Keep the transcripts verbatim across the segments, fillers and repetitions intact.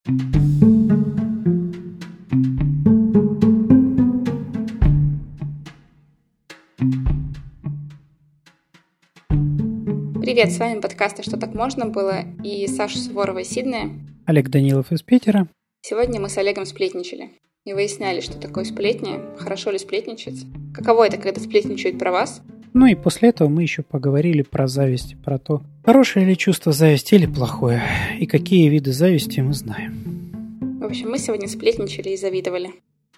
Привет, с вами подкаст «А что так можно было» и Саша Суворова из Сиднея. Олег Данилов из Питера. Сегодня мы с Олегом сплетничали и выясняли, что такое сплетни, хорошо ли сплетничать, каково это, когда сплетничают про вас. Ну и после этого мы еще поговорили про зависть, про то, хорошее ли чувство зависти или плохое, и какие виды зависти мы знаем. В общем, мы сегодня сплетничали и завидовали.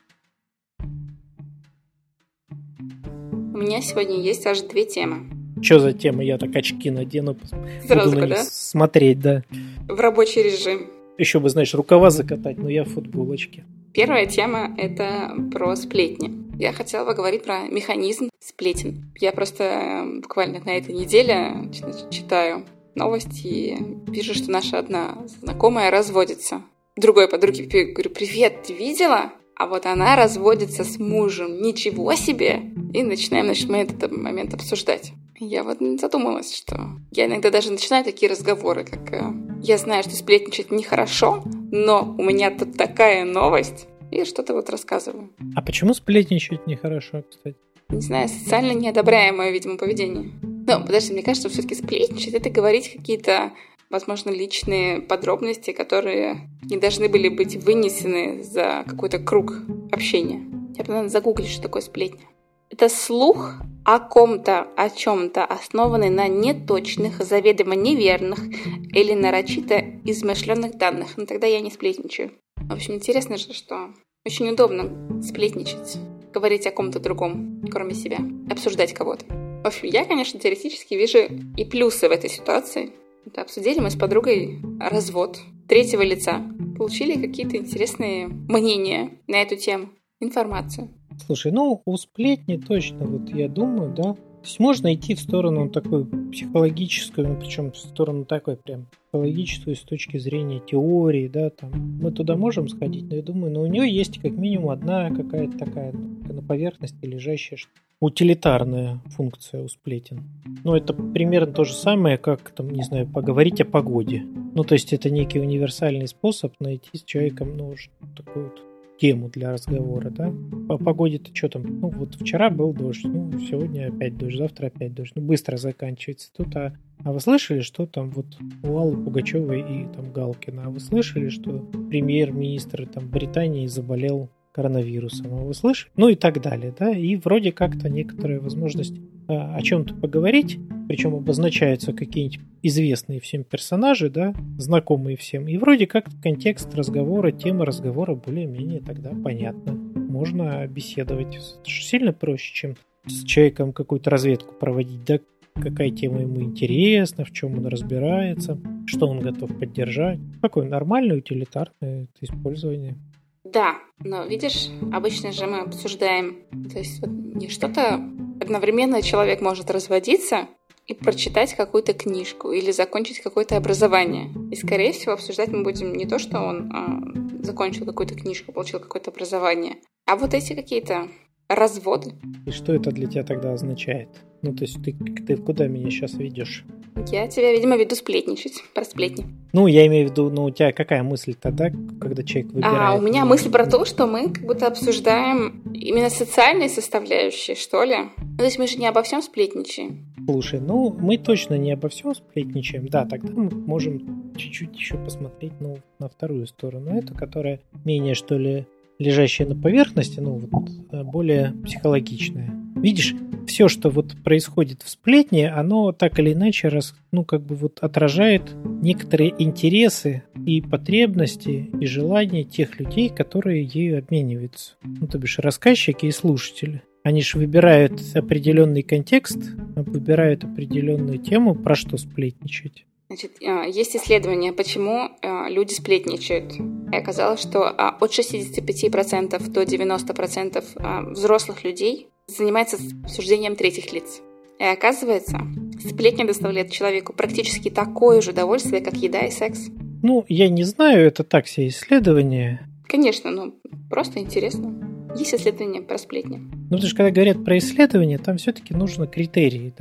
У меня сегодня есть аж две темы. Что за тема? Я так очки надену, Сразу буду на да? них смотреть, да. В рабочий режим. Еще бы, знаешь, рукава закатать, но я в футболочке. Первая тема – это про сплетни. Я хотела поговорить про механизм сплетен. Я просто буквально на этой неделе читаю новости и вижу, что наша одна знакомая разводится. Другой подруге говорю: «Привет, ты видела?» А вот она разводится с мужем. Ничего себе! И начинаем, значит, мы этот момент обсуждать. Я вот задумалась, что я иногда даже начинаю такие разговоры, как «я знаю, что сплетничать нехорошо, но у меня тут такая новость», и что-то вот рассказываю. А почему сплетничать нехорошо, кстати? Не знаю, социально неодобряемое, видимо, поведение. Но, подожди, мне кажется, что все-таки сплетничать — это говорить какие-то, возможно, личные подробности, которые не должны были быть вынесены за какой-то круг общения. Я бы, наверное, загуглить, что такое сплетня. Это слух о ком-то, о чем-то, основанный на неточных, заведомо неверных или нарочито измышленных данных. Но тогда я не сплетничаю. В общем, интересно же, что очень удобно сплетничать, говорить о ком-то другом, кроме себя, обсуждать кого-то. В общем, я, конечно, теоретически вижу и плюсы в этой ситуации. Это обсудили мы с подругой развод третьего лица. Получили какие-то интересные мнения на эту тему, информацию. Слушай, ну у сплетни точно, вот я думаю, да. То есть можно идти в сторону такой психологическую, ну причем в сторону такой прям психологическую с точки зрения теории, да, там. Мы туда можем сходить, но я думаю, но у нее есть как минимум одна какая-то такая на поверхности лежащая утилитарная функция у сплетен. Ну это примерно то же самое, как, там, не знаю, поговорить о погоде. Ну то есть это некий универсальный способ найти с человеком, ну, такую вот тему для разговора, да? По погоде-то что там? Ну, вот вчера был дождь, ну, сегодня опять дождь, завтра опять дождь. Ну, быстро заканчивается. Тут, а, а вы слышали, что там вот у Аллы Пугачевой и там Галкина? А вы слышали, что премьер-министр там Британии заболел коронавирусом? А вы слышали? Ну и так далее, да? И вроде как-то некоторая возможность а, о чем-то поговорить, причем обозначаются какие-нибудь известные всем персонажи, да, знакомые всем, и вроде как контекст разговора, тема разговора более-менее тогда понятна. Можно беседовать. Это же сильно проще, чем с человеком какую-то разведку проводить, да, какая тема ему интересна, в чем он разбирается, что он готов поддержать. Такое нормальное, утилитарное использование. Да, но видишь, обычно же мы обсуждаем, то есть вот не что-то одновременно человек может разводиться и прочитать какую-то книжку или закончить какое-то образование. И, скорее всего, обсуждать мы будем не то, что он а, закончил какую-то книжку, получил какое-то образование, а вот эти какие-то разводы. И что это для тебя тогда означает? Ну, то есть ты, ты куда меня сейчас ведешь? Я тебя, видимо, веду сплетничать, про сплетни. Ну, я имею в виду, ну, у тебя какая мысль тогда, когда человек выбирает? А, у меня мысль про то, что мы как будто обсуждаем именно социальные составляющие, что ли. Ну, то есть мы же не обо всем сплетничаем. Слушай, ну, мы точно не обо всем сплетничаем. Да, тогда мы можем чуть-чуть еще посмотреть, ну, на вторую сторону. Это, которая менее, что ли, лежащая на поверхности, ну, вот, более психологичная. Видишь, все, что вот происходит в сплетне, оно так или иначе раз, ну, как бы вот отражает некоторые интересы и потребности и желания тех людей, которые ею обмениваются. Ну, то бишь рассказчики и слушатели. Они же выбирают определенный контекст, выбирают определенную тему, про что сплетничать. Значит, есть исследование, почему люди сплетничают. И оказалось, что от шестьдесят пять процентов до девяносто процентов взрослых людей занимается обсуждением третьих лиц. И оказывается, сплетня доставляет человеку практически такое же удовольствие, как еда и секс. Ну, я не знаю, это так все исследования. Конечно, ну, просто интересно. Есть исследования про сплетни. Ну, потому что когда говорят про исследования, там все-таки нужны критерии, да? То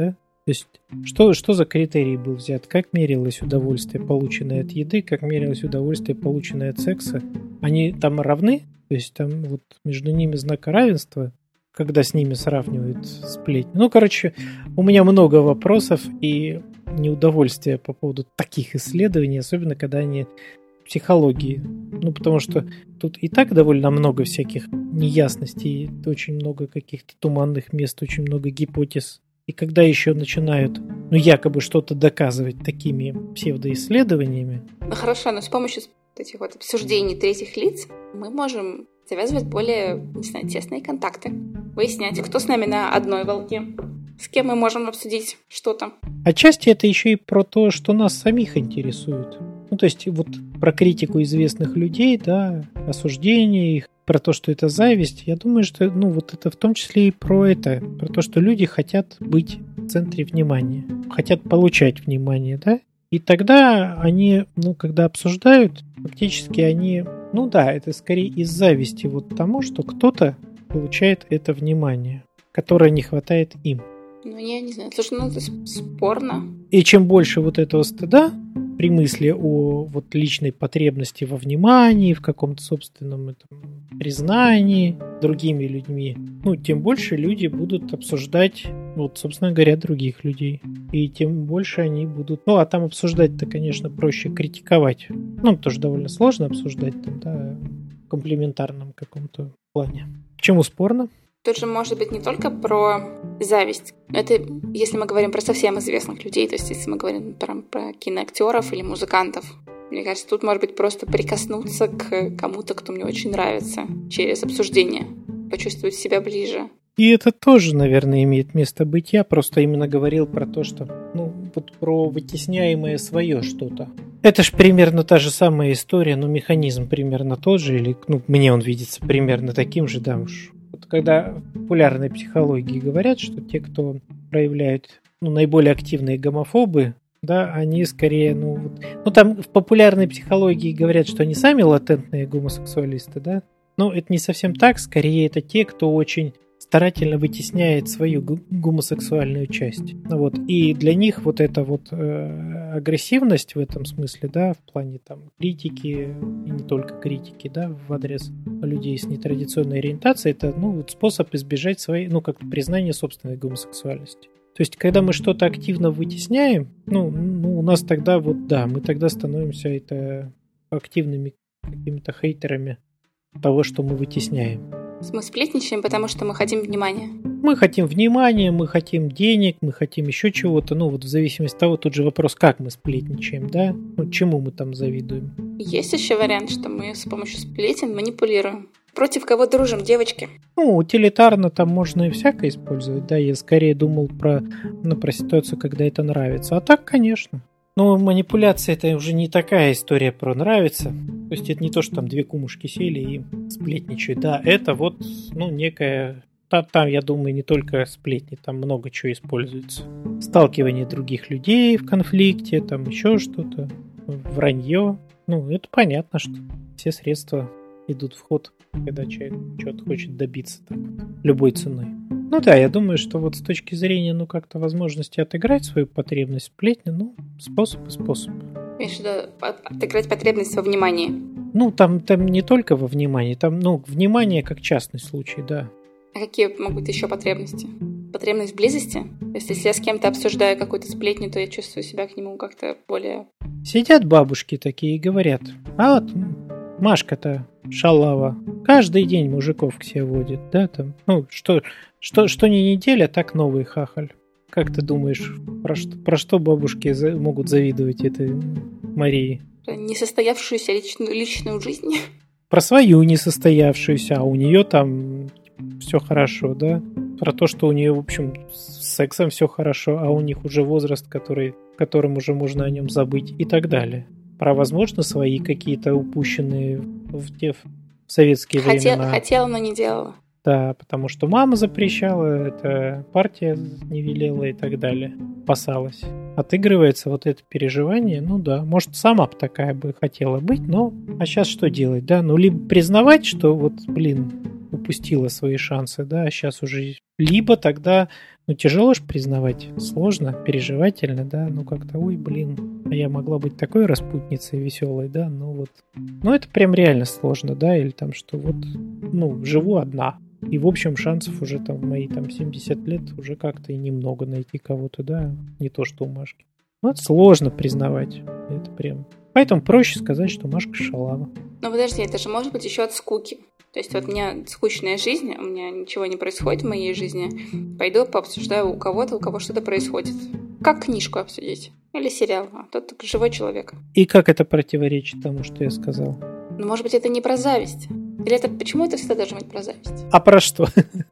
То есть, что, что за критерий был взят? Как мерилось удовольствие, полученное от еды, как мерилось удовольствие, полученное от секса? Они там равны? То есть, там вот между ними знак равенства, когда с ними сравнивают сплетни. Ну, короче, у меня много вопросов и неудовольствия по поводу таких исследований, особенно когда они психологии. Ну, потому что тут и так довольно много всяких неясностей, очень много каких-то туманных мест, очень много гипотез. И когда еще начинают, ну, якобы что-то доказывать такими псевдоисследованиями. Ну, хорошо, но с помощью этих вот обсуждений третьих лиц мы можем завязывать более, не знаю, тесные контакты, выяснять, кто с нами на одной волне, с кем мы можем обсудить что-то. Отчасти это еще и про то, что нас самих интересует. Ну, то есть вот про критику известных людей, да, осуждение их, про то, что это зависть. Я думаю, что, ну, вот это в том числе и про это, про то, что люди хотят быть в центре внимания, хотят получать внимание, да. И тогда они, ну, когда обсуждают, фактически они, ну да, это скорее из зависти вот тому, что кто-то получает это внимание, которое не хватает им. Ну, я не знаю, слушай, ну, это спорно. И чем больше вот этого стыда при мысли о вот личной потребности во внимании, в каком-то собственном этом признании другими людьми, ну, тем больше люди будут обсуждать, вот, собственно говоря, других людей. И тем больше они будут... Ну, а там обсуждать-то, конечно, проще критиковать. Ну, тоже довольно сложно обсуждать там, да, в комплементарном каком-то плане. Почему спорно? Тут же может быть не только про зависть. Это если мы говорим про совсем известных людей, то есть если мы говорим про, про киноактеров или музыкантов. Мне кажется, тут может быть просто прикоснуться к кому-то, кто мне очень нравится, через обсуждение, почувствовать себя ближе. И это тоже, наверное, имеет место быть. Я просто именно говорил про то, что, ну, вот про вытесняемое свое что-то. Это ж примерно та же самая история, но механизм примерно тот же, или, ну, мне он видится примерно таким же, да уж. Вот когда в популярной психологии говорят, что те, кто проявляют, ну, наиболее активные гомофобы, да, они скорее, ну, вот, ну, там в популярной психологии говорят, что они сами латентные гомосексуалисты, да, но это не совсем так, скорее это те, кто очень старательно вытесняет свою гомосексуальную часть. Вот. И для них вот эта вот э, агрессивность в этом смысле, да, в плане там критики, и не только критики, да, в адрес людей с нетрадиционной ориентацией, это, ну, вот способ избежать своей, ну, как признания собственной гомосексуальности. То есть, когда мы что-то активно вытесняем, ну, ну, у нас тогда вот, да, мы тогда становимся это активными какими-то хейтерами того, что мы вытесняем. Мы сплетничаем, потому что мы хотим внимания. Мы хотим внимания, мы хотим денег, мы хотим еще чего-то. Ну, вот в зависимости от того, тут же вопрос, как мы сплетничаем, да? Ну, чему мы там завидуем. Есть еще вариант, что мы с помощью сплетен манипулируем. Против кого дружим, девочки? Ну, утилитарно там можно и всякое использовать, да? Я скорее думал про, ну, про ситуацию, когда это нравится. А так, конечно. Но манипуляция — это уже не такая история про нравится. То есть это не то, что там две кумушки сели и сплетничают. Да, это вот, ну, некая... Там, там, я думаю, не только сплетни, там много чего используется. Сталкивание других людей в конфликте, там еще что-то, вранье. Ну, это понятно, что все средства идут в ход, когда человек что-то хочет добиться так вот, любой ценой. Ну да, я думаю, что вот с точки зрения, ну, как-то возможности отыграть свою потребность сплетни, ну, способ и способ. Имеешь в виду отыграть потребность во внимании? Ну, там, там не только во внимании, там, ну, внимание как частный случай, да. А какие могут быть еще потребности? Потребность в близости? То есть, если я с кем-то обсуждаю какую-то сплетню, то я чувствую себя к нему как-то более... Сидят бабушки такие и говорят, а вот Машка-то шалава, каждый день мужиков к себе водит, да, там, ну, что, что, что не неделя, так новый хахаль. Как ты думаешь, про что, про что бабушки за, могут завидовать этой Марии? Про несостоявшуюся личную, личную жизнь? Про свою несостоявшуюся, а у нее там все хорошо, да? Про то, что у нее, в общем, с сексом все хорошо, а у них уже возраст, который, в котором уже можно о нем забыть и так далее. Про, возможно, свои какие-то упущенные в те в советские Хотел, времена. Хотела, но не делала. Да, потому что мама запрещала, это партия не велела и так далее. Опасалась. Отыгрывается вот это переживание, ну да, может, сама бы такая бы хотела быть, но а сейчас что делать, да? Ну, либо признавать, что вот, блин, упустила свои шансы, да, а сейчас уже... Либо тогда, ну, тяжело же признавать, сложно, переживательно, да, ну, как-то, ой, блин, а я могла быть такой распутницей веселой, да, ну, вот. Ну, это прям реально сложно, да, или там, что вот, ну, живу одна. И, в общем, шансов уже там в мои там семьдесят лет уже как-то и немного найти кого-то, да, не то, что у Машки. Ну, это сложно признавать, это прям... Поэтому проще сказать, что Машка шалава. Но подожди, это же может быть еще от скуки. То есть вот у меня скучная жизнь, у меня ничего не происходит в моей жизни. Пойду пообсуждаю у кого-то, у кого что-то происходит. Как книжку обсудить? Или сериал? А тот живой человек. И как это противоречит тому, что я сказал? Ну, может быть, это не про зависть. Или это почему это всегда должно быть про зависть? А про что?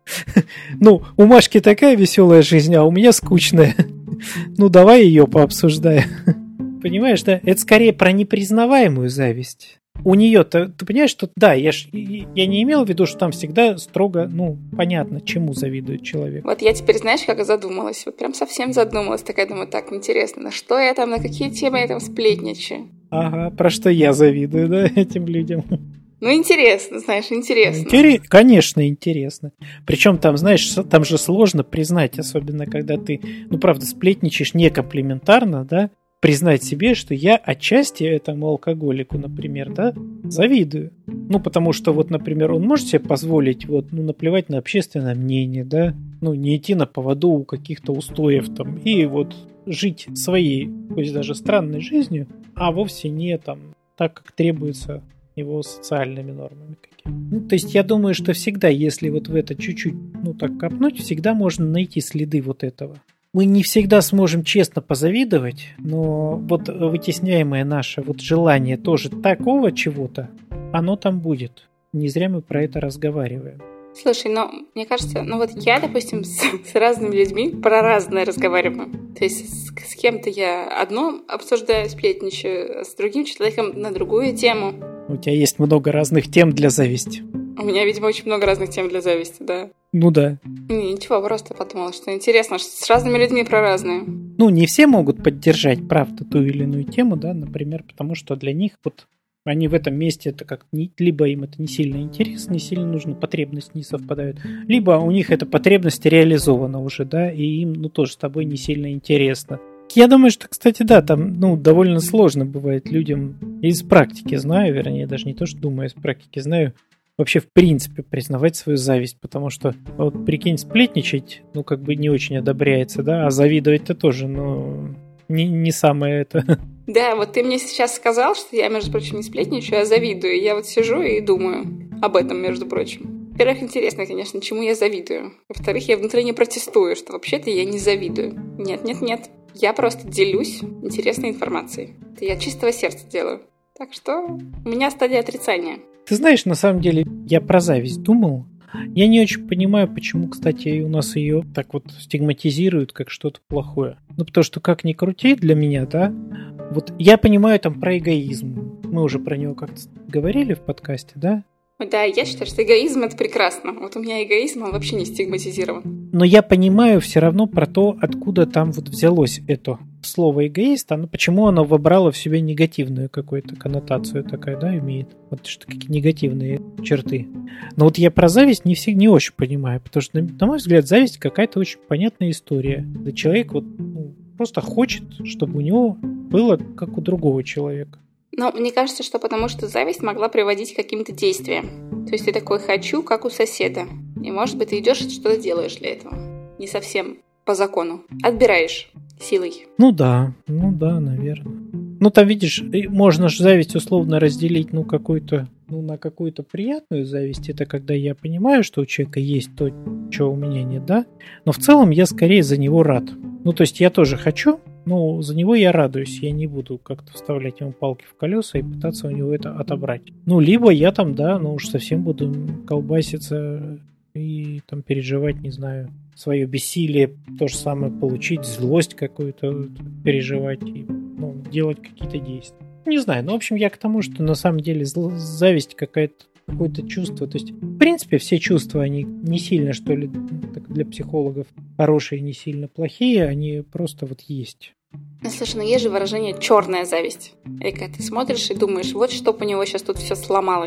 Ну, у Машки такая веселая жизнь, а у меня скучная. Ну, давай ее пообсуждаем. Понимаешь, да? Это скорее про непризнаваемую зависть. У нее-то, ты понимаешь, что да, я, ж, я не имел в виду, что там всегда строго, ну, понятно, чему завидует человек. Вот я теперь, знаешь, как задумалась, вот прям совсем задумалась, такая, думаю, так, интересно, на что я там, на какие темы я там сплетничаю? Ага, про что я завидую, да, этим людям. Ну, интересно, знаешь, интересно. Интерес, конечно, интересно. Причем там, знаешь, там же сложно признать, особенно когда ты, ну, правда, сплетничаешь не комплиментарно, да, признать себе, что я отчасти этому алкоголику, например, да, завидую. Ну, потому что вот, например, он может себе позволить вот, ну, наплевать на общественное мнение, да, ну, не идти на поводу у каких-то устоев там и вот жить своей, пусть даже странной жизнью, а вовсе не там так, как требуется его социальными нормами какими. Ну, то есть я думаю, что всегда, если вот в это чуть-чуть, ну, так копнуть, всегда можно найти следы вот этого. Мы не всегда сможем честно позавидовать, но вот вытесняемое наше вот желание тоже такого чего-то, оно там будет. Не зря мы про это разговариваем. Слушай, ну, мне кажется, ну вот я, допустим, с, с разными людьми про разное разговариваю. То есть с, с кем-то я одно обсуждаю, сплетничаю, а с другим человеком на другую тему. У тебя есть много разных тем для зависти. У меня, видимо, очень много разных тем для зависти, да. Ну да. Не, ничего, просто подумала, что интересно, что с разными людьми про разные. Ну, не все могут поддержать, правда, ту или иную тему, да, например, потому что для них вот они в этом месте это как либо им это не сильно интересно, не сильно нужно, потребности не совпадают, либо у них эта потребность реализована уже, да, и им, ну, тоже с тобой не сильно интересно. Я думаю, что, кстати, да, там, ну, довольно сложно бывает людям, из практики знаю, вернее, даже не то, что думаю, из практики знаю, вообще, в принципе, признавать свою зависть, потому что, вот, прикинь, сплетничать, ну, как бы не очень одобряется, да, а завидовать-то тоже, ну, не, не самое это... Да, вот ты мне сейчас сказал, что я, между прочим, не сплетничаю, а завидую. Я вот сижу и думаю об этом, между прочим. Во-первых, интересно, конечно, чему я завидую. Во-вторых, я внутренне протестую, что вообще-то я не завидую. Нет, нет, нет. Я просто делюсь интересной информацией. Это я от чистого сердца делаю. Так что у меня стадия отрицания. Ты знаешь, на самом деле, я про зависть думал. Я не очень понимаю, почему, кстати, у нас ее так вот стигматизируют как что-то плохое. Ну, потому что, как ни крути для меня, да, вот я понимаю там про эгоизм. Мы уже про него как-то говорили в подкасте, да? Да, я считаю, что эгоизм – это прекрасно. Вот у меня эгоизм, он вообще не стигматизирован. Но я понимаю все равно про то, откуда там вот взялось это слово эгоист, оно, почему оно вобрало в себя негативную какую-то коннотацию такая, да, имеет. Вот что какие негативные черты. Но вот я про зависть не, все, не очень понимаю, потому что, на, на мой взгляд, зависть какая-то очень понятная история. Да человек вот ну, просто хочет, чтобы у него было как у другого человека. Но мне кажется, что потому что зависть могла приводить к каким-то действиям. То есть ты такой «хочу», как у соседа. И, может быть, ты идешь и что-то делаешь для этого. Не совсем по закону. Отбираешь силой. Ну да, ну да, наверное. Ну там, видишь, можно же зависть условно разделить, ну, какую-то, ну, на какую-то приятную зависть. Это когда я понимаю, что у человека есть то, чего у меня нет, да? Но в целом я скорее за него рад. Ну, то есть я тоже хочу, но за него я радуюсь. Я не буду как-то вставлять ему палки в колеса и пытаться у него это отобрать. Ну, либо я там, да, ну уж совсем буду колбаситься и там переживать, не знаю, свое бессилие, то же самое получить, злость какую-то переживать и ну, делать какие-то действия. Не знаю, ну, в общем, я к тому, что на самом деле зл- зависть какая-то, какое-то чувство. То есть, в принципе, все чувства, они не сильно, что ли, для психологов хорошие, не сильно плохие, они просто вот есть. Ну, слушай, ну есть же выражение «черная зависть». Или когда ты смотришь и думаешь, вот чтоб у него сейчас тут все сломалось.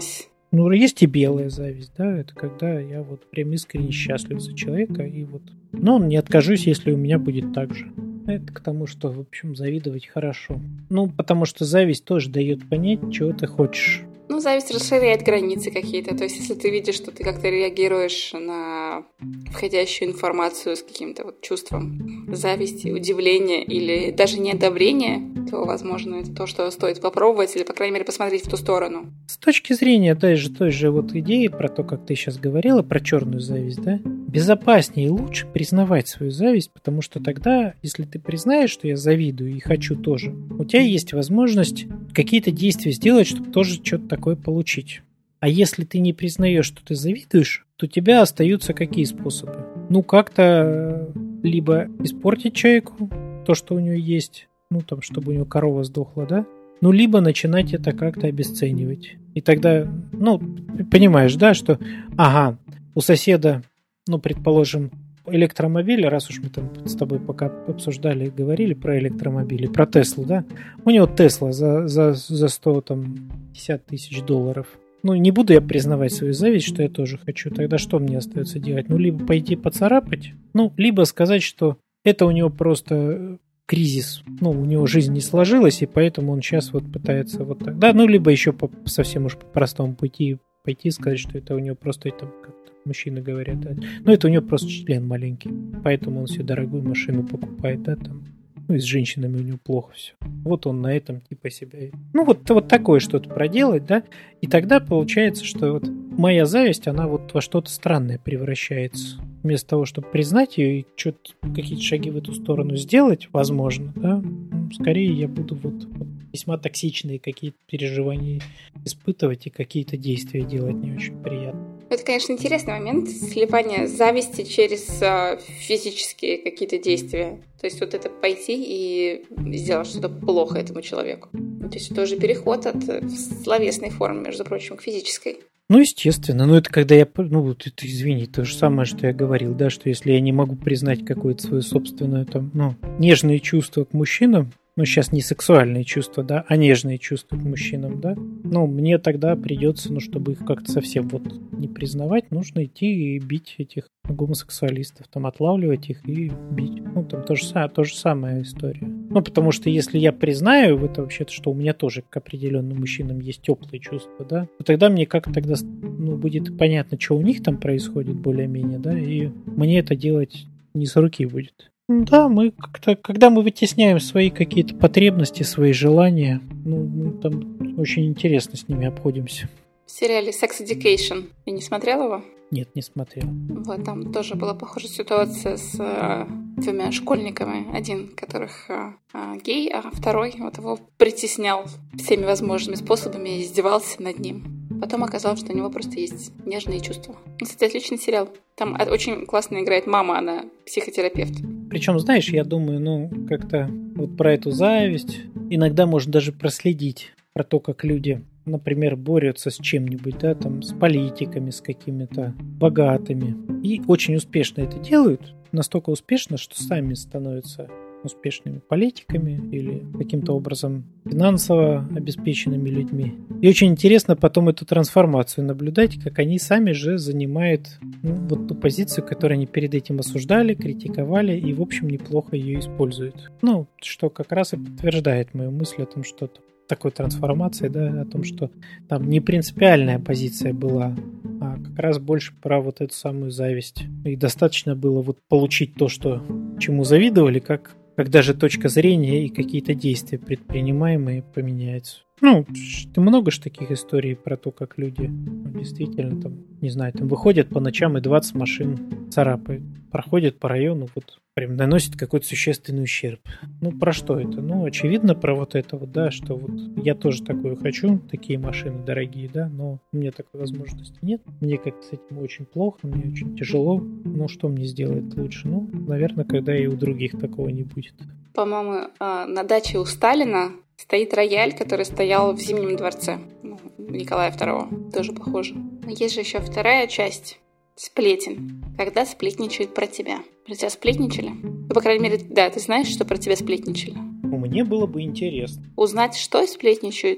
Ну, есть и белая зависть, да, это когда я вот прям искренне счастлив за человека, и вот, ну, не откажусь, если у меня будет так же. Это к тому, что, в общем, завидовать хорошо. Ну, потому что зависть тоже дает понять, чего ты хочешь. Ну, зависть расширяет границы какие-то. То есть, если ты видишь, что ты как-то реагируешь на входящую информацию с каким-то вот чувством зависти, удивления или даже неодобрения, то, возможно, это то, что стоит попробовать или, по крайней мере, посмотреть в ту сторону. С точки зрения той же, той же вот идеи про то, как ты сейчас говорила, про черную зависть, да, безопаснее и лучше признавать свою зависть, потому что тогда, если ты признаешь, что я завидую и хочу тоже, у тебя есть возможность какие-то действия сделать, чтобы тоже что-то такое получить. А если ты не признаешь, что ты завидуешь, то у тебя остаются какие способы? Ну, как-то либо испортить человеку то, что у него есть, ну, там, чтобы у него корова сдохла, да? Ну, либо начинать это как-то обесценивать. И тогда, ну, понимаешь, да, что, ага, у соседа, ну, предположим, электромобиль, раз уж мы там с тобой пока обсуждали и говорили про электромобили, про Теслу, да, у него Тесла за, за, за сто пятьдесят тысяч долларов. Ну, не буду я признавать свою зависть, что я тоже хочу. Тогда что мне остается делать? Ну, либо пойти поцарапать, ну, либо сказать, что это у него просто кризис. Ну, у него жизнь не сложилась, и поэтому он сейчас вот пытается вот так. Да, ну, либо еще по, совсем уж по-простому пойти, пойти и сказать, что это у него просто там как-то мужчины говорят, да. Ну, это у него просто член маленький, поэтому он себе дорогую машину покупает, да, там. Ну, и с женщинами у него плохо все. Вот он на этом типа себя... Ну, вот, вот такое что-то проделать, да, и тогда получается, что вот моя зависть, она вот во что-то странное превращается. Вместо того, чтобы признать ее и что-то, какие-то шаги в эту сторону сделать, возможно, да, скорее я буду вот, вот весьма токсичные какие-то переживания испытывать и какие-то действия делать не очень приятно. Это, конечно, интересный момент сливания зависти через э, физические какие-то действия. То есть вот это пойти и сделать что-то плохо этому человеку. То есть тоже переход от словесной формы, между прочим, к физической. Ну, естественно. Но это когда я... Ну, вот это, извини, то же самое, что я говорил, да, что если я не могу признать какое-то свое собственное, там, ну, нежные чувства к мужчинам, ну, сейчас не сексуальные чувства, да, а нежные чувства к мужчинам, да, ну, мне тогда придется, ну, чтобы их как-то совсем вот не признавать, нужно идти и бить этих гомосексуалистов, там, отлавливать их и бить. Ну, там то же, то же самая история. Ну, потому что если я признаю это вообще-то, что у меня тоже к определенным мужчинам есть теплые чувства, да, то тогда мне как тогда, ну, будет понятно, что у них там происходит более-менее, да, и мне это делать не с руки будет. Да, мы как-то, когда мы вытесняем свои какие-то потребности, свои желания, ну, мы там очень интересно с ними обходимся. В сериале Sex Education. Ты не смотрел его? Нет, не смотрел. Вот, там тоже была похожая ситуация с э, двумя школьниками. Один, которых э, э, гей, а второй вот его притеснял всеми возможными способами и издевался над ним. Потом оказалось, что у него просто есть нежные чувства. Кстати, отличный сериал. Там очень классно играет мама, она психотерапевт. Причем, знаешь, я думаю, ну, как-то вот про эту зависть иногда можно даже проследить, про то, как люди, например, борются с чем-нибудь, да, там, с политиками, с какими-то богатыми. И очень успешно это делают. Настолько успешно, что сами становятся успешными политиками или каким-то образом финансово обеспеченными людьми. И очень интересно потом эту трансформацию наблюдать, как они сами же занимают, ну, вот ту позицию, которую они перед этим осуждали, критиковали и, в общем, неплохо ее используют. Ну, что как раз и подтверждает мою мысль о том, что такой трансформации, да, о том, что там не принципиальная позиция была, а как раз больше про вот эту самую зависть. И достаточно было вот получить то, что чему завидовали, как как даже точка зрения и какие-то действия предпринимаемые поменяются. Ну, ты много ж таких историй про то, как люди ну, действительно там, не знаю, там выходят по ночам и двадцать машин царапают, проходят по району, вот прям наносят какой-то существенный ущерб. Ну, про что это? Ну, очевидно, про вот это вот, да, что вот я тоже такое хочу, такие машины дорогие, да, но у меня такой возможности нет. Мне как-то с этим очень плохо, мне очень тяжело. Ну, что мне сделать лучше? Ну, наверное, когда и у других такого не будет. По-моему, на даче у Сталина стоит рояль, который стоял в Зимнем дворце Николая второго. Тоже похоже. Но есть же еще вторая часть. Сплетен. Когда сплетничают про тебя. Про тебя сплетничали? Ну, по крайней мере, да, ты знаешь, что про тебя сплетничали. Мне было бы интересно. Узнать, что сплетничают?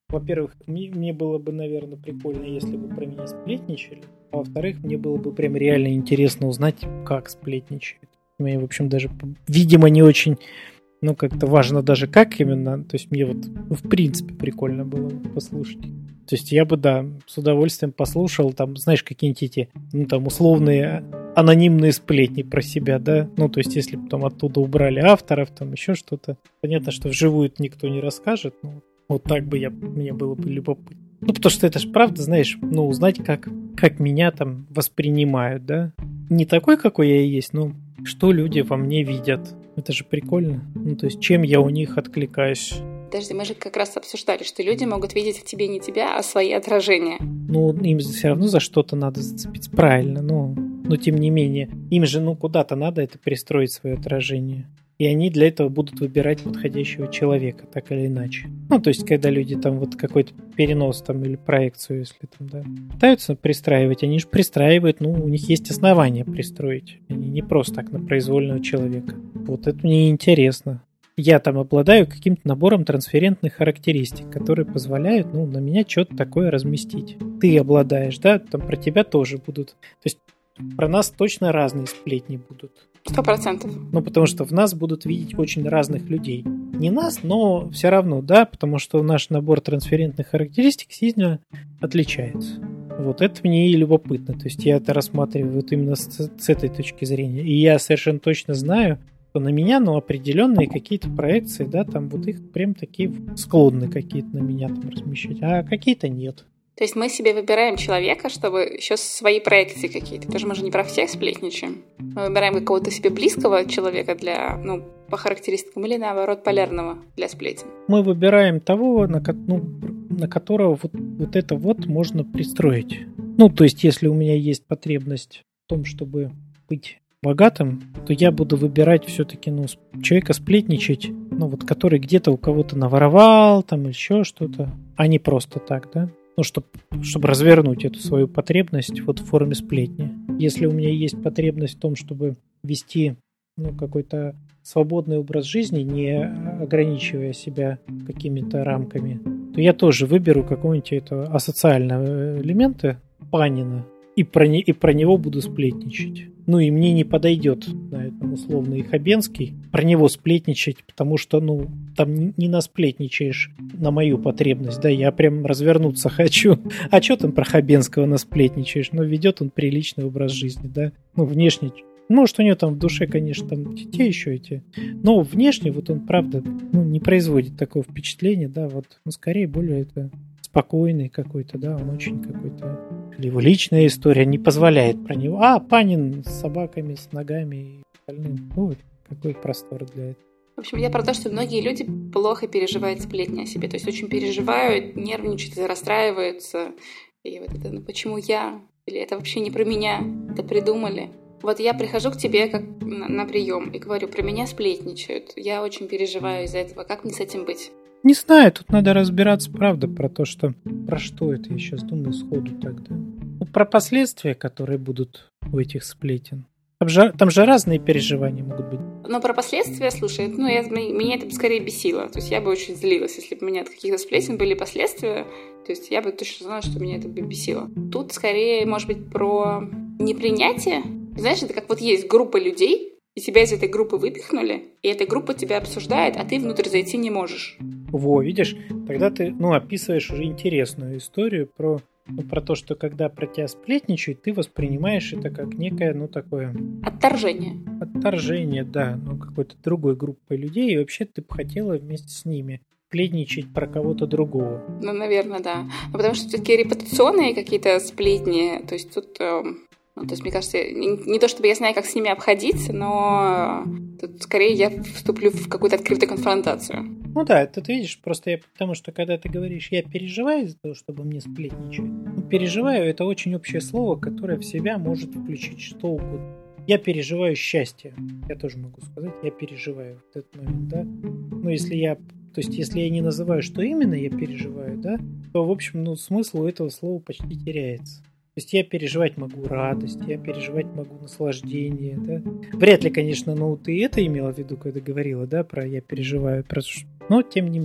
во-первых, мне, мне было бы, наверное, прикольно, если бы про меня сплетничали. А во-вторых, мне было бы прям реально интересно узнать, как сплетничают. Мне, в общем, даже, видимо, не очень, ну, как-то важно даже как именно. То есть мне вот, в принципе, прикольно было послушать. То есть я бы, да, с удовольствием послушал, там, знаешь, какие-нибудь эти, ну, там, условные анонимные сплетни про себя, да. Ну, то есть если бы там оттуда убрали авторов, там, еще что-то. Понятно, что вживую это никто не расскажет, но вот так бы я, мне было бы любопытно. Ну, потому что это же правда, знаешь, ну, узнать, как, как меня там воспринимают, да. Не такой, какой я и есть, но что люди во мне видят. Это же прикольно. Ну, то есть чем я у них откликаюсь. Подожди, мы же как раз обсуждали, что люди могут видеть в тебе не тебя, а свои отражения. Ну, им все равно за что-то надо зацепиться. Правильно, но, но тем не менее. Им же, ну, куда-то надо это пристроить, свое отражение. И они для этого будут выбирать подходящего человека, так или иначе. Ну, то есть, когда люди там вот какой-то перенос там или проекцию, если там, да, пытаются пристраивать, они же пристраивают, ну, у них есть основания пристроить. Они не просто так на произвольного человека. Вот это мне интересно. Я там обладаю каким-то набором трансферентных характеристик, которые позволяют, ну, на меня что-то такое разместить. Ты обладаешь, да, там про тебя тоже будут. То есть про нас точно разные сплетни будут. Сто процентов. Ну, потому что в нас будут видеть очень разных людей. Не нас, но все равно, да, потому что наш набор трансферентных характеристик сильно отличается. Вот это мне и любопытно. То есть я это рассматриваю вот именно с, с этой точки зрения. И я совершенно точно знаю, что на меня, ну, определенные какие-то проекции, да, там вот их прям такие склонны какие-то на меня там размещать, а какие-то нет. То есть мы себе выбираем человека, чтобы еще свои проекции какие-то. Тоже мы же не про всех сплетничаем. Мы выбираем какого-то себе близкого человека для, ну, по характеристикам, или наоборот, полярного для сплетен. Мы выбираем того, на, ну, на которого вот, вот это вот можно пристроить. Ну, то есть, если у меня есть потребность в том, чтобы быть богатым, то я буду выбирать все-таки, ну, человека сплетничать, ну, вот который где-то у кого-то наворовал, там, или еще что-то, а не просто так, да? Ну, чтобы, чтобы развернуть эту свою потребность вот в форме сплетни. Если у меня есть потребность в том, чтобы вести, ну, какой-то свободный образ жизни, не ограничивая себя какими-то рамками, то я тоже выберу какого-нибудь этого асоциального элемента, Панина, и про, не, и про него буду сплетничать. Ну, и мне не подойдет, да, там, условно, и Хабенский, про него сплетничать, потому что, ну, там не насплетничаешь на мою потребность, да, я прям развернуться хочу. А что там про Хабенского насплетничаешь? Ну, ведет он приличный образ жизни, да, ну, внешне. Может, у него там в душе, конечно, там те еще эти, но внешне вот он, правда, ну, не производит такого впечатления, да, вот, ну, скорее более это спокойный какой-то, да, он очень какой-то, его личная история не позволяет про него. А, Панин с собаками, с ногами и остальным. Ой, какой простор для этого. В общем, я про то, что многие люди плохо переживают сплетни о себе. То есть очень переживают, нервничают, расстраиваются. И вот это, ну почему я? Или это вообще не про меня? Это придумали. Вот я прихожу к тебе как на, на прием и говорю, про меня сплетничают. Я очень переживаю из-за этого. Как мне с этим быть? Не знаю, тут надо разбираться, правда, про то, что... Про что это я сейчас думаю сходу тогда. Ну, про последствия, которые будут у этих сплетен. Там же, там же разные переживания могут быть. Но про последствия, слушай, ну, я, меня это бы скорее бесило. То есть я бы очень злилась, если бы у меня от каких-то сплетен были последствия. То есть я бы точно знала, что меня это бы бесило. Тут скорее, может быть, про непринятие. Знаешь, это как вот есть группа людей, и тебя из этой группы выпихнули, и эта группа тебя обсуждает, а ты внутрь зайти не можешь. Во, видишь, тогда ты, ну, описываешь уже интересную историю про, ну, про то, что когда про тебя сплетничают, ты воспринимаешь это как некое, ну, такое... Отторжение. Отторжение, да, ну, какой-то другой группой людей, и вообще ты бы хотела вместе с ними сплетничать про кого-то другого. Ну, наверное, да. Ну, потому что такие репутационные какие-то сплетни, то есть тут... Ну, то есть, мне кажется, не, не то чтобы я знаю, как с ними обходиться, но тут скорее я вступлю в какую-то открытую конфронтацию. Ну да, ты видишь, просто я, потому что когда ты говоришь, я переживаю из-за того, чтобы мне сплетничать, ну, переживаю — это очень общее слово, которое в себя может включить что угодно. Я переживаю счастье, я тоже могу сказать, я переживаю в этот момент, да. Но если я, то есть, если я не называю, что именно я переживаю, да, то, в общем, ну, смысл у этого слова почти теряется. То есть я переживать могу радость, я переживать могу наслаждение, да. Вряд ли, конечно, ну ты это имела в виду, когда говорила, да, про я переживаю, про... но тем не менее.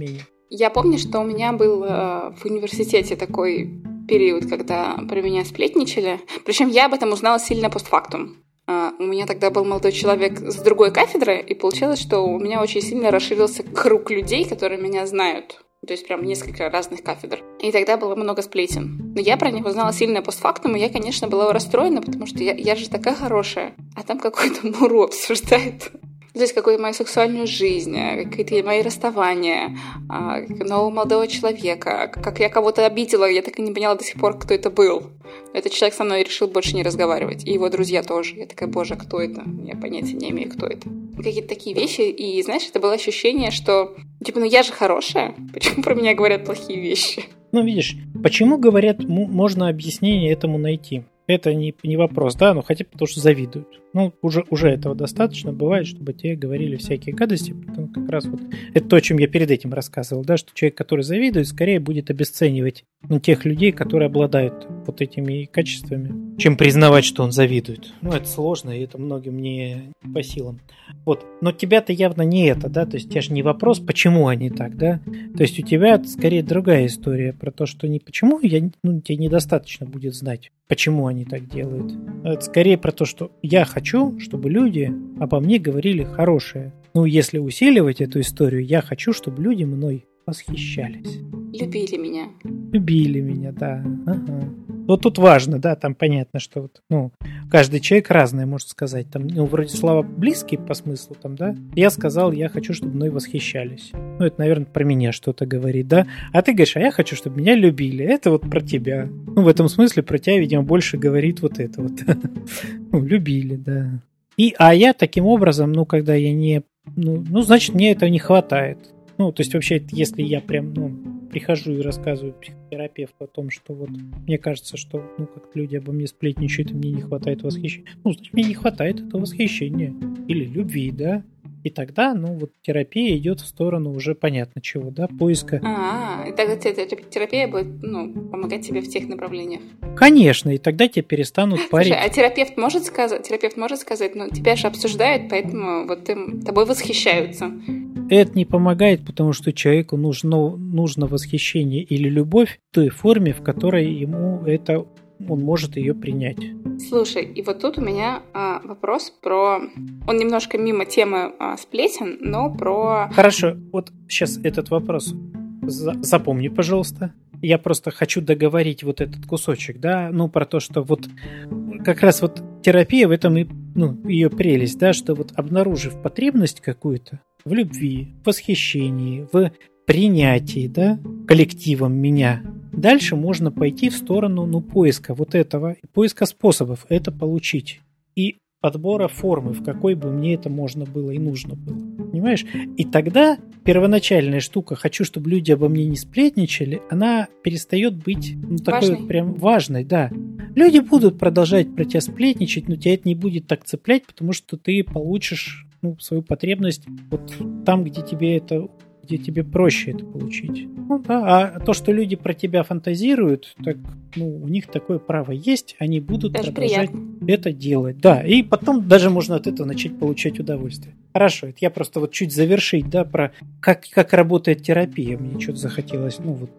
Я помню, что у меня был э, в университете такой период, когда про меня сплетничали. Причем я об этом узнала сильно постфактум. Uh, у меня тогда был молодой человек с другой кафедры, и получилось, что у меня очень сильно расширился круг людей, которые меня знают. То есть прям несколько разных кафедр. И тогда было много сплетен. Но я про них узнала сильно постфактум, и я, конечно, была расстроена, потому что я, я же такая хорошая, а там какой-то муру обсуждает. То есть какую-то мою сексуальную жизнь, какие-то мои расставания, нового молодого человека, как я кого-то обидела, я так и не поняла до сих пор, кто это был. Этот человек со мной решил больше не разговаривать, и его друзья тоже. Я такая, боже, кто это? Я понятия не имею, кто это. Какие-то такие вещи, и, знаешь, это было ощущение, что, типа, ну я же хорошая, почему про меня говорят плохие вещи? Ну, видишь, почему говорят, можно объяснение этому найти? Это не, не вопрос, да, но хотя бы потому, что завидуют. Ну, уже, уже этого достаточно. Бывает, чтобы тебе говорили всякие гадости. Потом как раз вот это то, о чем я перед этим рассказывал, да, что человек, который завидует, скорее будет обесценивать ну, тех людей, которые обладают вот этими качествами, чем признавать, что он завидует. Ну, это сложно, и это многим не по силам. Вот. Но тебя-то явно не это, да, то есть у тебя же не вопрос, почему они так, да. То есть у тебя скорее другая история про то, что не почему, я, ну, тебе недостаточно будет знать, почему они так делают. Это скорее про то, что я хочу, чтобы люди обо мне говорили хорошее. Ну, если усиливать эту историю, я хочу, чтобы люди мной восхищались. Любили меня. Любили меня, да. Ага. Вот тут важно, да, там понятно, что вот, ну, каждый человек разное может сказать. Там, ну, вроде слова близкие по смыслу, там, да. Я сказал, я хочу, чтобы мной восхищались. Ну, это, наверное, про меня что-то говорит, да. А ты говоришь, а я хочу, чтобы меня любили. Это вот про тебя. Ну, в этом смысле про тебя, видимо, больше говорит вот это вот. Ну, любили, да. И, а я таким образом, ну, когда я не... Ну, ну, значит, мне этого не хватает. Ну, то есть, вообще, если я прям, ну, прихожу и рассказываю психотерапевту о том, что вот мне кажется, что, ну, как люди обо мне сплетничают, и мне не хватает восхищения. Ну, значит, мне не хватает этого восхищения. Или любви, да. И тогда, ну, вот терапия идет в сторону уже понятно чего, да, поиска. А, и тогда терапия будет, ну, помогать тебе в тех направлениях. Конечно, и тогда тебя перестанут парить. Слушай, а терапевт может сказать, терапевт может сказать, ну, тебя же обсуждают, поэтому вот им, тобой восхищаются. Это не помогает, потому что человеку нужно, нужно восхищение или любовь в той форме, в которой ему это, он может ее принять. Слушай, и вот тут у меня а, вопрос про... Он немножко мимо темы а, сплетен, но про... Хорошо, вот сейчас этот вопрос за, запомни, пожалуйста. Я просто хочу договорить вот этот кусочек, да, ну, про то, что вот как раз вот терапия в этом и, ну, ее прелесть, да, что вот обнаружив потребность какую-то в любви, в восхищении, в принятии, да, коллективом меня, дальше можно пойти в сторону, ну, поиска вот этого, поиска способов это получить. И подбора формы, в какой бы мне это можно было и нужно было. Понимаешь? И тогда первоначальная штука «хочу, чтобы люди обо мне не сплетничали», она перестает быть ну, такой важной. Вот прям важной, да. Люди будут продолжать про тебя сплетничать, но тебя это не будет так цеплять, потому что ты получишь ну, свою потребность вот там, где тебе это где тебе проще это получить. Ну, да. А то, что люди про тебя фантазируют, так, ну, у них такое право есть, они будут даже продолжать приятно. Это делать. Да, и потом даже можно от этого начать получать удовольствие. Хорошо, это я просто вот чуть завершить, да, про как, как работает терапия. Мне что-то захотелось, ну, вот.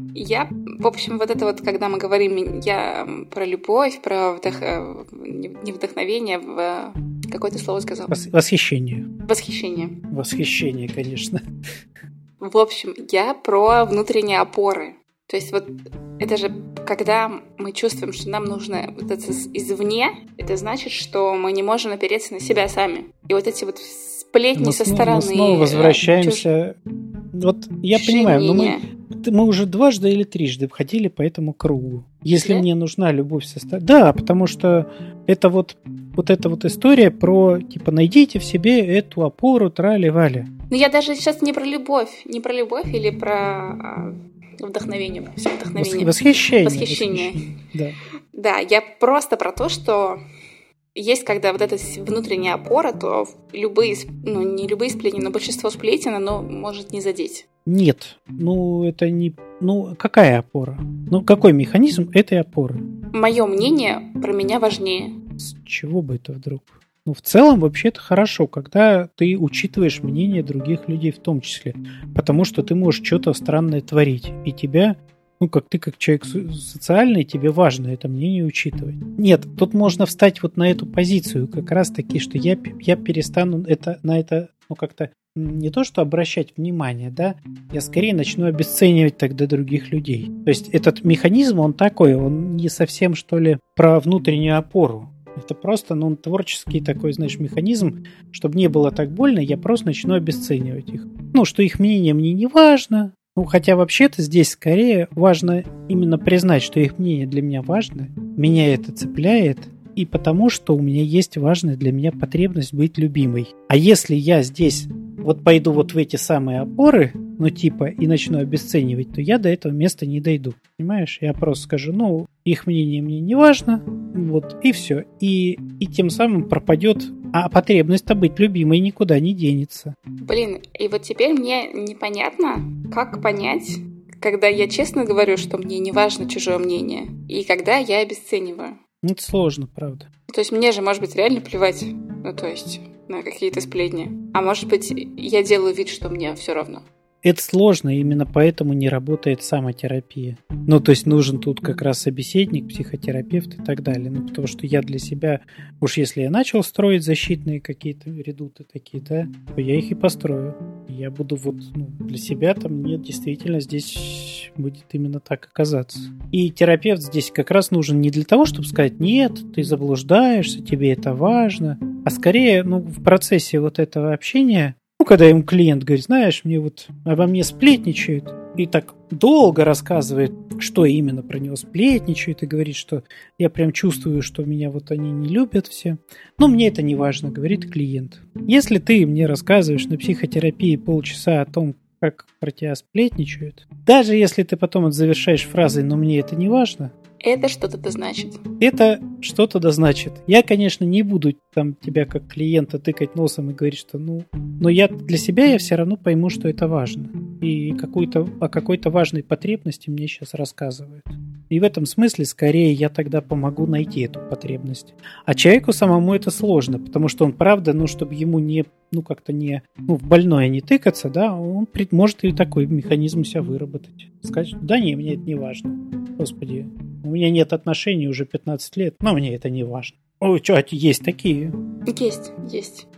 Я, в общем, вот это вот, когда мы говорим я про любовь, про вдох... не вдохновение, в... какое-то слово сказал? Восхищение. Восхищение. Восхищение, конечно. В общем, я про внутренние опоры. То есть вот это же, когда мы чувствуем, что нам нужно вот это извне, это значит, что мы не можем опереться на себя сами. И вот эти вот сплетни мы со снова, стороны... Мы снова возвращаемся... Чуж... Вот я Чужие понимаю, но мы, мы уже дважды или трижды ходили по этому кругу. Если да? Мне нужна любовь со стороны... Да, потому что это вот, вот эта вот история про, типа, найдите в себе эту опору, трали-вали. Ну я даже сейчас не про любовь, не про любовь или про... Вдохновение, все вдохновение. Восхищение. Восхищение. Восхищение. Да. Да, я просто про то, что есть, когда вот эта внутренняя опора, то любые, ну не любые сплетни, но большинство сплетен, оно может не задеть. Нет, ну это не... Ну какая опора? Ну какой механизм этой опоры? Мое мнение про меня важнее. С чего бы это вдруг? Ну, в целом, вообще это хорошо, когда ты учитываешь мнение других людей в том числе, потому что ты можешь что-то странное творить, и тебя, ну, как ты как человек социальный, тебе важно это мнение учитывать. Нет, тут можно встать вот на эту позицию, как раз таки, что я, я перестану это, на это, ну, как-то не то, что обращать внимание, да, я скорее начну обесценивать тогда других людей. То есть этот механизм, он такой, он не совсем, что ли, про внутреннюю опору. Это просто, ну, творческий такой, знаешь, механизм, чтобы не было так больно, я просто начну обесценивать их. Ну, что их мнение мне не важно. Ну, хотя вообще-то здесь скорее важно именно признать, что их мнение для меня важно. Меня это цепляет. И потому, что у меня есть важная для меня потребность быть любимой. А если я здесь вот пойду вот в эти самые опоры, ну типа, и начну обесценивать, то я до этого места не дойду. Понимаешь? Я просто скажу, ну, их мнение мне не важно, вот, и все. И, и тем самым пропадет, а потребность-то быть любимой никуда не денется. Блин, и вот теперь мне непонятно, как понять, когда я честно говорю, что мне не важно чужое мнение, и когда я обесцениваю. Это сложно, правда. То есть мне же, может быть, реально плевать, ну, то есть на какие-то сплетни. А может быть, я делаю вид, что мне все равно. Это сложно, именно поэтому не работает самотерапия. Ну, то есть нужен тут как раз собеседник, психотерапевт и так далее. Ну, потому что я для себя, уж если я начал строить защитные какие-то редуты такие, да, то я их и построю. Я буду вот, ну, для себя там, нет, действительно здесь будет именно так оказаться. И терапевт здесь как раз нужен не для того, чтобы сказать, нет, ты заблуждаешься, тебе это важно, а скорее, ну, в процессе вот этого общения, ну, когда ему клиент говорит, знаешь, мне вот обо мне сплетничают, и так долго рассказывает, что именно про него сплетничают, и говорит, что я прям чувствую, что меня вот они не любят все. Но мне это не важно, говорит клиент. Если ты мне рассказываешь на психотерапии полчаса о том, как про тебя сплетничают, даже если ты потом завершаешь фразой «но мне это не важно», это что-то да значит. Это что-то да значит. Я, конечно, не буду там тебя как клиента тыкать носом и говорить, что ну, но я для себя я все равно пойму, что это важно. И какой-то, о какой-то важной потребности мне сейчас рассказывают. И в этом смысле, скорее, я тогда помогу найти эту потребность. А человеку самому это сложно, потому что он, правда, ну, чтобы ему не, ну, как-то не, ну, в больное не тыкаться, да, он может и такой механизм себя выработать. Сказать, да не, мне это не важно. Господи, у меня нет отношений уже пятнадцать лет, но мне это не важно. Ой, что, есть такие? Есть, есть.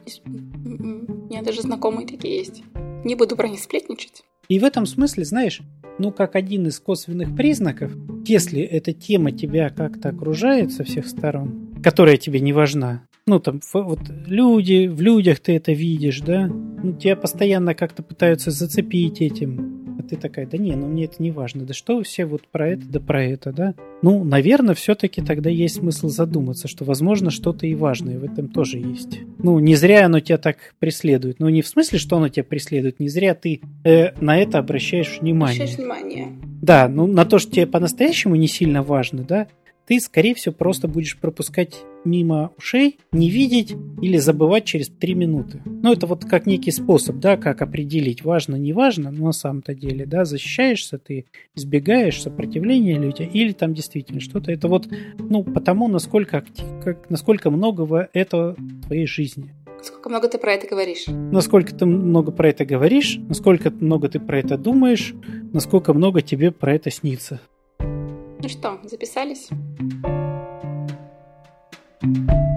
У меня даже знакомые такие есть. Не буду про них сплетничать. И в этом смысле, знаешь, ну, как один из косвенных признаков, если эта тема тебя как-то окружает со всех сторон, которая тебе не важна, ну, там, вот люди, в людях ты это видишь, да, ну, тебя постоянно как-то пытаются зацепить этим, а ты такая, да не, ну, мне это не важно, да что вы все вот про это, да про это, да. Ну, наверное, все-таки тогда есть смысл задуматься, что, возможно, что-то и важное в этом тоже есть. Ну, не зря оно тебя так преследует. Ну, не в смысле, что оно тебя преследует, не зря ты э, на это обращаешь внимание. Обращаешь внимание. Да, ну, на то, что тебе по-настоящему не сильно важно, да, ты, скорее всего, просто будешь пропускать мимо ушей, не видеть или забывать через три минуты. Ну, это вот как некий способ, да, как определить, важно, не важно, но на самом-то деле, да, защищаешься ты, избегаешь сопротивления людей, или там действительно что-то. Это вот, ну, потому, насколько, как, насколько много этого в твоей жизни. Сколько много ты про это говоришь? Насколько ты много про это говоришь, насколько много ты про это думаешь, насколько много тебе про это снится. Ну что, записались? Thank you.